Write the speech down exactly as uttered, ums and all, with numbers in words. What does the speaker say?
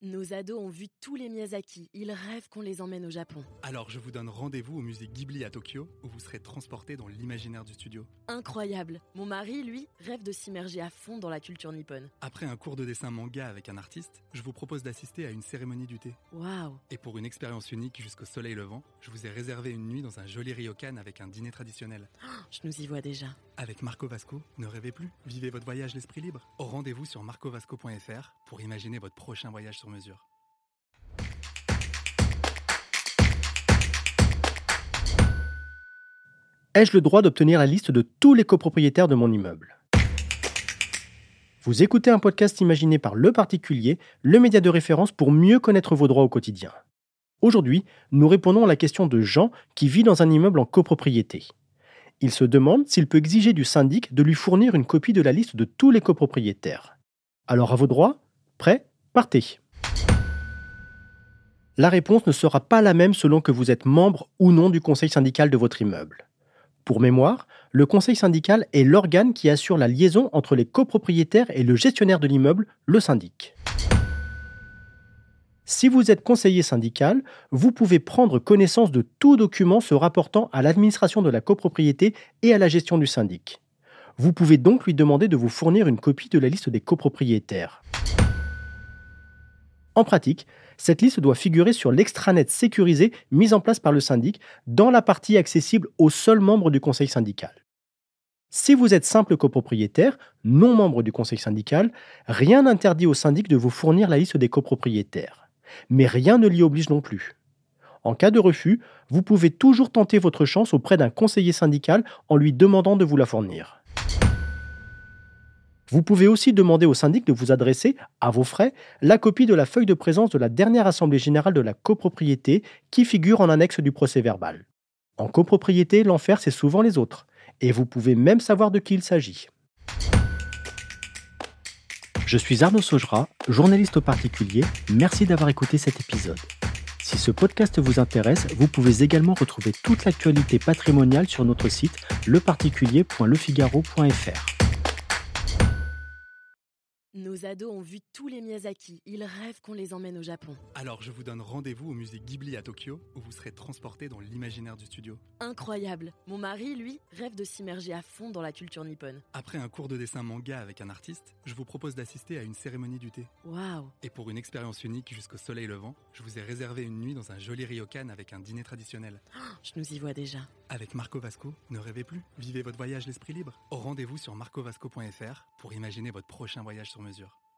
Nos ados ont vu tous les Miyazaki. Ils rêvent qu'on les emmène au Japon. Alors je vous donne rendez-vous au musée Ghibli à Tokyo, où vous serez transportés dans l'imaginaire du studio. Incroyable. Mon mari, lui, rêve de s'immerger à fond dans la culture nippone. Après un cours de dessin manga avec un artiste, je vous propose d'assister à une cérémonie du thé. Waouh. Et pour une expérience unique jusqu'au soleil levant, je vous ai réservé une nuit dans un joli ryokan avec un dîner traditionnel. Oh, je nous y vois déjà. Avec Marco Vasco, ne rêvez plus, vivez votre voyage l'esprit libre. Au rendez-vous sur marco vasco point f r pour imaginer votre prochain voyage sur mesure. Ai-je le droit d'obtenir la liste de tous les copropriétaires de mon immeuble ? Vous écoutez un podcast imaginé par Le Particulier, le média de référence pour mieux connaître vos droits au quotidien. Aujourd'hui, nous répondons à la question de Jean qui vit dans un immeuble en copropriété. Il se demande s'il peut exiger du syndic de lui fournir une copie de la liste de tous les copropriétaires. Alors à vos droits, prêts, partez. La réponse ne sera pas la même selon que vous êtes membre ou non du conseil syndical de votre immeuble. Pour mémoire, le conseil syndical est l'organe qui assure la liaison entre les copropriétaires et le gestionnaire de l'immeuble, le syndic. Si vous êtes conseiller syndical, vous pouvez prendre connaissance de tout document se rapportant à l'administration de la copropriété et à la gestion du syndic. Vous pouvez donc lui demander de vous fournir une copie de la liste des copropriétaires. En pratique, cette liste doit figurer sur l'extranet sécurisé mis en place par le syndic dans la partie accessible aux seuls membres du conseil syndical. Si vous êtes simple copropriétaire, non membre du conseil syndical, rien n'interdit au syndic de vous fournir la liste des copropriétaires. Mais rien ne l'y oblige non plus. En cas de refus, vous pouvez toujours tenter votre chance auprès d'un conseiller syndical en lui demandant de vous la fournir. Vous pouvez aussi demander au syndic de vous adresser, à vos frais, la copie de la feuille de présence de la dernière assemblée générale de la copropriété qui figure en annexe du procès-verbal. En copropriété, l'enfer, c'est souvent les autres. Et vous pouvez même savoir de qui il s'agit. Je suis Arnaud Saugera, journaliste au particulier. Merci d'avoir écouté cet épisode. Si ce podcast vous intéresse, vous pouvez également retrouver toute l'actualité patrimoniale sur notre site le particulier point le figaro point f r. Nos ados ont vu tous les Miyazaki. Ils rêvent qu'on les emmène au Japon. Alors je vous donne rendez-vous au musée Ghibli à Tokyo, où vous serez transportés dans l'imaginaire du studio. Incroyable. Mon mari, lui, rêve de s'immerger à fond dans la culture nippone. Après un cours de dessin manga avec un artiste, je vous propose d'assister à une cérémonie du thé. Waouh. Et pour une expérience unique jusqu'au soleil levant, je vous ai réservé une nuit dans un joli ryokan avec un dîner traditionnel. Oh, je nous y vois déjà. Avec Marco Vasco, ne rêvez plus, vivez votre voyage l'esprit libre. Au rendez-vous sur marco vasco point f r pour imaginer votre prochain voyage sur mesure.